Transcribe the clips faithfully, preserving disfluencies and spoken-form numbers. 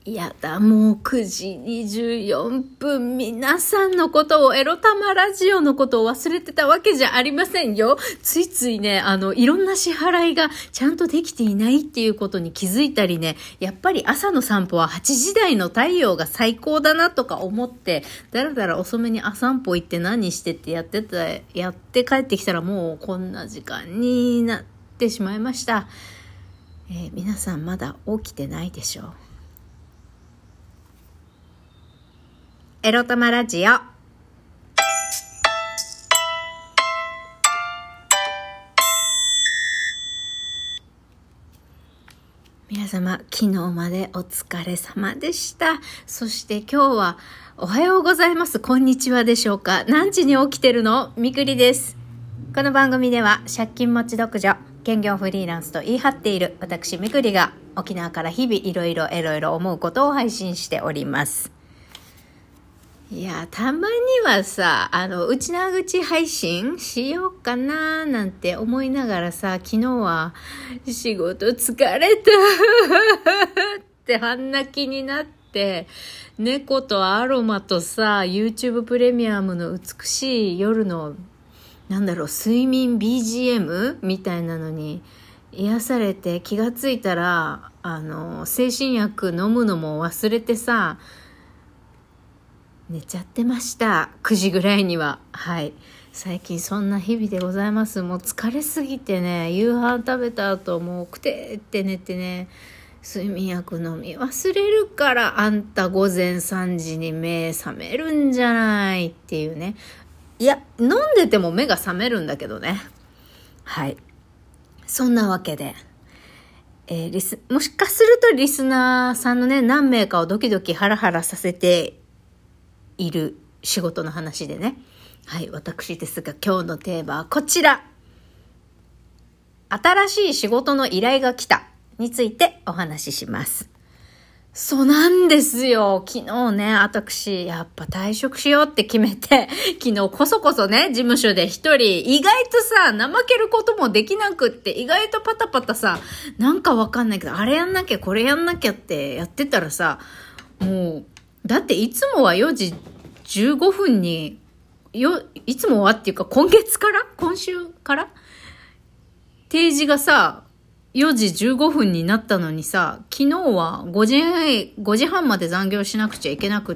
いやだ、もうくじにじゅうよんぷん、皆さんのことを、エロ玉ラジオのことを忘れてたわけじゃありませんよ。ついついね、あの、いろんな支払いがちゃんとできていないっていうことに気づいたりね、やっぱり朝の散歩ははちじ台の太陽が最高だなとか思って、だらだら遅めに朝散歩行って何してってやってた、やって帰ってきたらもうこんな時間になってしまいました。えー、皆さんまだ起きてないでしょう。エロ玉ラジオ。皆様、昨日までお疲れ様でした。そして今日はおはようございます、こんにちはでしょうか。何時に起きてるの？みくりです。この番組では借金持ち独女、兼業フリーランスと言い張っている私みくりが沖縄から日々いろいろいろいろ思うことを配信しております。いや、たまにはさ、あの、内縄口配信しようかななんて思いながらさ、昨日は仕事疲れたって半泣きになって、猫とアロマとさ、YouTube プレミアムの美しい夜の、なんだろう、睡眠 ビージーエム みたいなのに癒されて、気がついたら、あの、精神薬飲むのも忘れてさ、寝ちゃってました。くじぐらいには。はい。最近そんな日々でございます。もう疲れすぎてね、夕飯食べた後もうくてって寝てね、睡眠薬飲み忘れるから、あんた午前さんじに目覚めるんじゃないっていうね。いや、飲んでても目が覚めるんだけどね。はい。そんなわけで。えー、リス、もしかするとリスナーさんのね、何名かをドキドキハラハラさせている仕事の話でね。はい、私ですが今日のテーマはこちら。新しい仕事の依頼が来たについてお話しします。そうなんですよ。昨日ね、私、やっぱ退職しようって決めて、昨日こそこそね、事務所で一人、意外とさ、怠けることもできなくって、意外とパタパタさ、なんかわかんないけど、あれやんなきゃ、これやんなきゃってやってたらさ、もう、だっていつもはよじじゅうごふんに、よ、いつもはっていうか今月から今週から定時がさ、よじじゅうごふんになったのにさ、昨日はごじ、ごじはんまで残業しなくちゃいけなくって、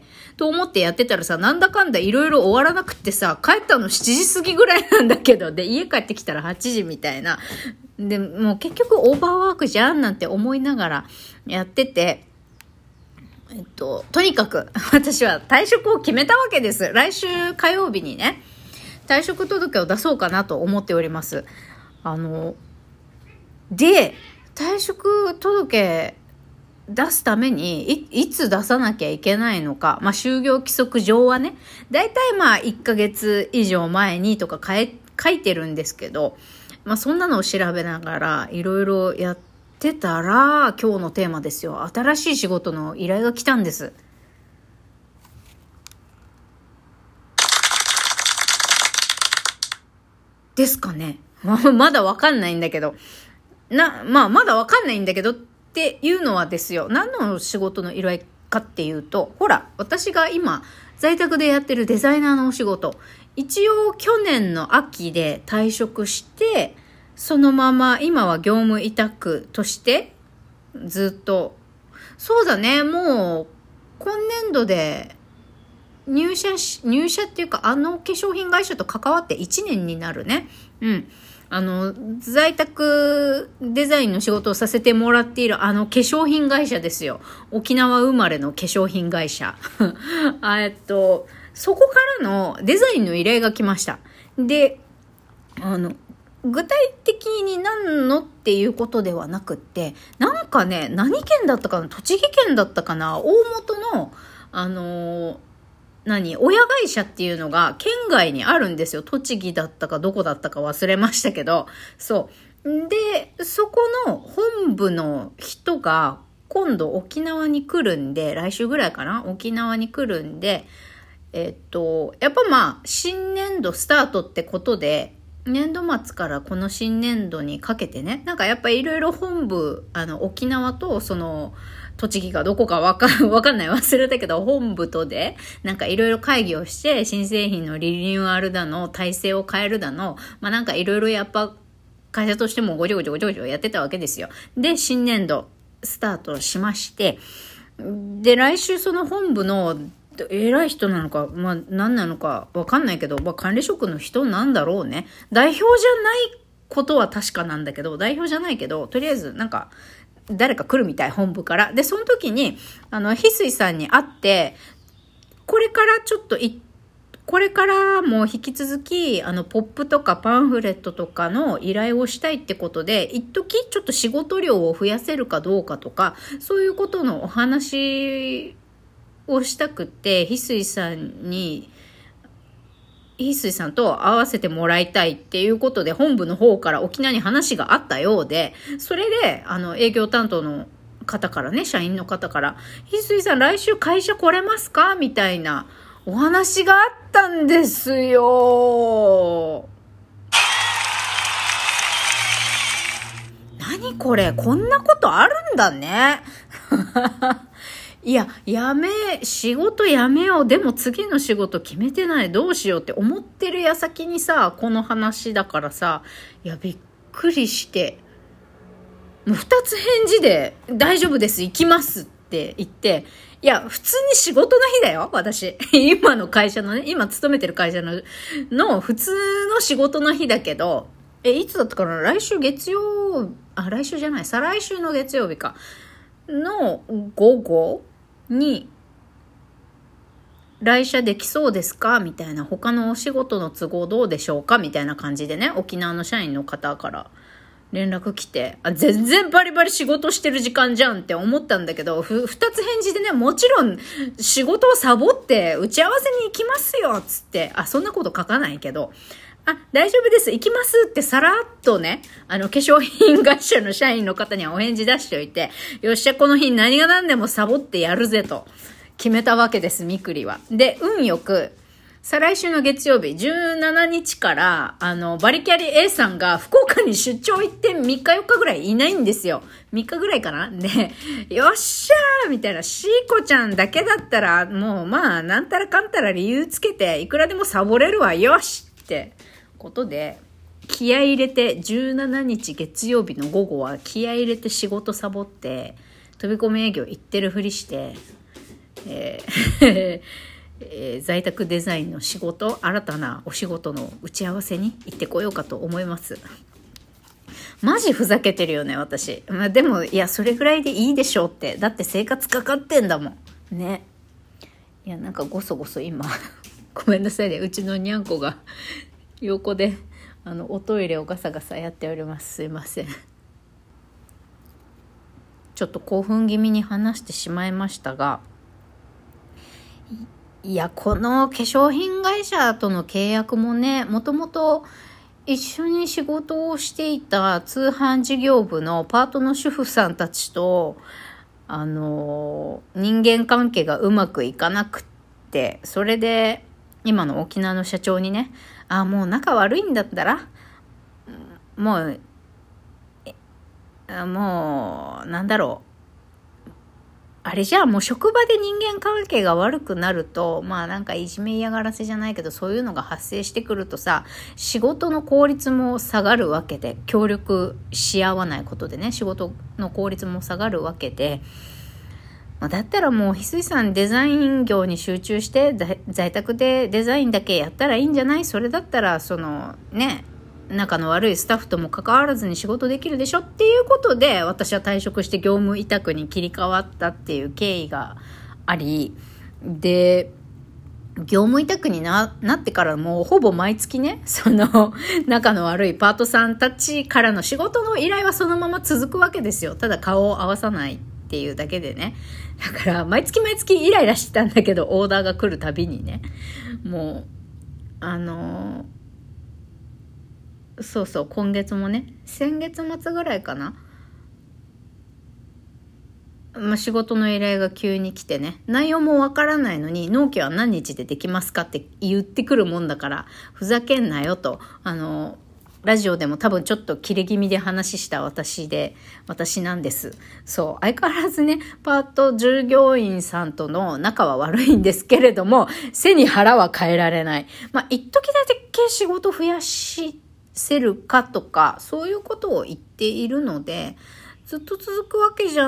と思ってやってたらさ、なんだかんだいろいろ終わらなくってさ、帰ったのしちじ過ぎぐらいなんだけど、で、家帰ってきたらはちじみたいな。で、もう結局オーバーワークじゃんなんて思いながらやってて、えっと、とにかく私は退職を決めたわけです。来週火曜日にね、退職届を出そうかなと思っております。あの、で、退職届出すために い, いつ出さなきゃいけないのか、まあ、就業規則上はね、だいたいまあいっかげつ以上前にとか書い、書いてるんですけど、まあ、そんなのを調べながらいろいろやっててたら、今日のテーマですよ。新しい仕事の依頼が来たんです。ですかね。まだわかんないんだけど。な、まあまだわかんないんだけどっていうのはですよ。何の仕事の依頼かっていうと、ほら、私が今在宅でやってるデザイナーのお仕事。一応去年の秋で退職して、そのまま今は業務委託としてずっと、そうだね、もう今年度で入社し入社っていうか、あの化粧品会社と関わっていちねんになるね。うん。あの在宅デザインの仕事をさせてもらっているあの化粧品会社ですよ。沖縄生まれの化粧品会社。えっとそこからのデザインの依頼が来ました。で、あの具体的に何のっていうことではなくって、なんかね、何県だったかな、栃木県だったかな、大元の、あのー、何、親会社っていうのが県外にあるんですよ。栃木だったかどこだったか忘れましたけど、そう。で、そこの本部の人が今度沖縄に来るんで、来週ぐらいかな、沖縄に来るんで、えっと、やっぱまあ、新年度スタートってことで、 年度末からこの新年度にかけてね、なんかやっぱりいろいろ本部、あの、沖縄とその、栃木がどこかわかん、わかんない忘れたけど、本部とで、なんかいろいろ会議をして、新製品のリニューアルだの、体制を変えるだの、まあなんかいろいろやっぱ、会社としてもごちょごちょごちょごちょやってたわけですよ。で、新年度、スタートしまして、で、来週その本部の、偉い人なのか、まあ何なのかわかんないけど、まあ管理職の人なんだろうね。代表じゃないことは確かなんだけど、代表じゃないけど、とりあえずなんか、誰か来るみたい、本部から。で、その時に、あの、翡翠さんに会って、これからちょっとい、これからも引き続き、あの、ポップとかパンフレットとかの依頼をしたいってことで、一時ちょっと仕事量を増やせるかどうかとか、そういうことのお話をしたくって、翡翠さんに、翡翠さんと会わせてもらいたいっていうことで、本部の方から沖縄に話があったようで、それで、あの、営業担当の方からね、社員の方から、翡翠さん来週会社来れますかみたいなお話があったんですよ。何これ、こんなことあるんだね。いや、やめ、仕事やめよう。でも次の仕事決めてない。どうしようって思ってる矢先にさ、この話だからさ、いや、びっくりして、もう二つ返事で、大丈夫です、行きますって言って、いや、普通に仕事の日だよ、私。今の会社のね、今勤めてる会社の、の普通の仕事の日だけど、え、いつだったかな？来週月曜、あ、来週じゃない、再来週の月曜日か。の午後に来社できそうですかみたいな、他のお仕事の都合どうでしょうかみたいな感じでね、沖縄の社員の方から連絡来て、あ、全然バリバリ仕事してる時間じゃんって思ったんだけど、ふ二つ返事でね、もちろん仕事をサボって打ち合わせに行きますよっつって、あ、そんなこと書かないけど、あ、大丈夫です、行きますってさらっとね、あの、化粧品会社の社員の方にはお返事出しておいて、よっしゃ、この日何が何でもサボってやるぜと決めたわけです、みくりは。で、運よく、再来週の月曜日、じゅうしちにちから、あの、バリキャリ A さんが福岡に出張行ってみっかよっかぐらいいないんですよ。みっかぐらいかなで、よっしゃーみたいな、シーコちゃんだけだったら、もうまあ、なんたらかんたら理由つけて、いくらでもサボれるわ、よしってことで、気合い入れて、じゅうしちにち月曜日の午後は気合い入れて仕事サボって、飛び込み営業行ってるふりして、えーえー、在宅デザインの仕事、新たなお仕事の打ち合わせに行ってこようかと思います。マジふざけてるよね、私。まあ、でも、いや、それぐらいでいいでしょうって。だって生活かかってんだもん。ね。いや、なんかごそごそ今、ごめんなさいね。うちのにゃんこが横で、あの、おトイレをガサガサやっております。すいません。ちょっと興奮気味に話してしまいましたが、いや、この化粧品会社との契約もね、もともと一緒に仕事をしていた通販事業部のパートの主婦さんたちと、あの、人間関係がうまくいかなくって、それで今の沖縄の社長にね、あ、もう仲悪いんだったら、もう、もう、なんだろう。あれじゃあもう職場で人間関係が悪くなると、まあなんかいじめ嫌がらせじゃないけど、そういうのが発生してくるとさ、仕事の効率も下がるわけで、協力し合わないことでね、仕事の効率も下がるわけで、まあ、だったらもう翡翠さんデザイン業に集中して在宅でデザインだけやったらいいんじゃない？それだったらそのね、仲の悪いスタッフとも関わらずに仕事できるでしょっていうことで、私は退職して業務委託に切り替わったっていう経緯があり、で業務委託に な, なってからもうほぼ毎月ね、その仲の悪いパートさんたちからの仕事の依頼はそのまま続くわけですよ。ただ顔を合わさないっていうだけでね。だから毎月毎月イライラしてたんだけど、オーダーが来るたびにね、もうあのーそうそう、今月もね、先月末ぐらいかな、まあ、仕事の依頼が急に来てね、内容もわからないのに納期は何日でできますかって言ってくるもんだから、ふざけんなよと、あのラジオでも多分ちょっと切れ気味で話した私で、私なんです。そう。相変わらずね、パート従業員さんとの仲は悪いんですけれども、背に腹は変えられない。まあ、一時だけ仕事増やせるかとか、そういうことを言っているので、ずっと続くわけじゃ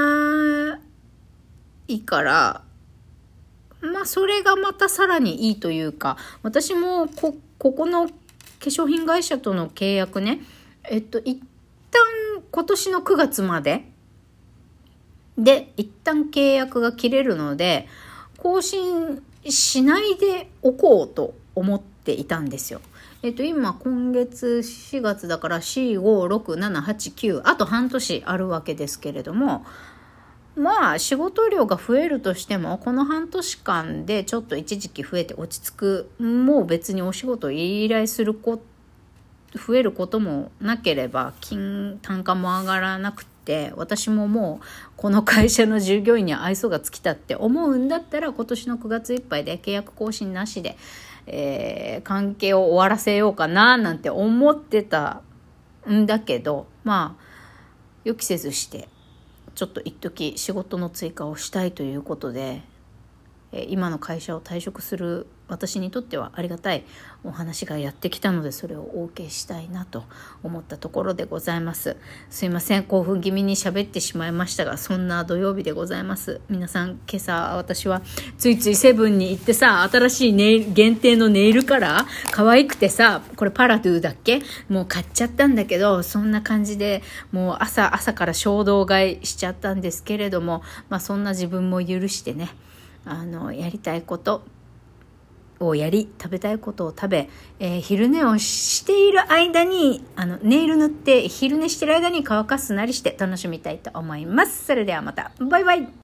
ないから、まあ、それがまたさらにいいというか、私もこ、ここの化粧品会社との契約ね、えっと、一旦今年のくがつまでで、一旦契約が切れるので、更新しないでおこうと思っていたんですよ。えっと、今、今月しがつだからよん、ご、ろく、なな、はち、きゅう、あと半年あるわけですけれども、まあ仕事量が増えるとしてもこの半年間でちょっと一時期増えて落ち着く、もう別にお仕事を依頼するこ増えることもなければ金単価も上がらなくて、私ももうこの会社の従業員に愛想が尽きたって思うんだったら今年のくがついっぱいで契約更新なしで、えー、関係を終わらせようかななんて思ってたんだけど、まあ予期せずしてちょっと一時仕事の追加をしたいということで、えー、今の会社を退職する私にとってはありがたいお話がやってきたので、それをお受けしたいなと思ったところでございます。すいません、興奮気味に喋ってしまいましたが、そんな土曜日でございます。皆さん、今朝私はついついセブンに行ってさ、新しいネイル限定のネイルカラー可愛くてさ、これパラドゥだっけ、もう買っちゃったんだけど、そんな感じでもう朝朝から衝動買いしちゃったんですけれども、まあそんな自分も許してね、あのやりたいことをやり、食べたいことを食べ、えー、昼寝をしている間にあのネイル塗って昼寝している間に乾かすなりして楽しみたいと思います。それではまた、バイバイ。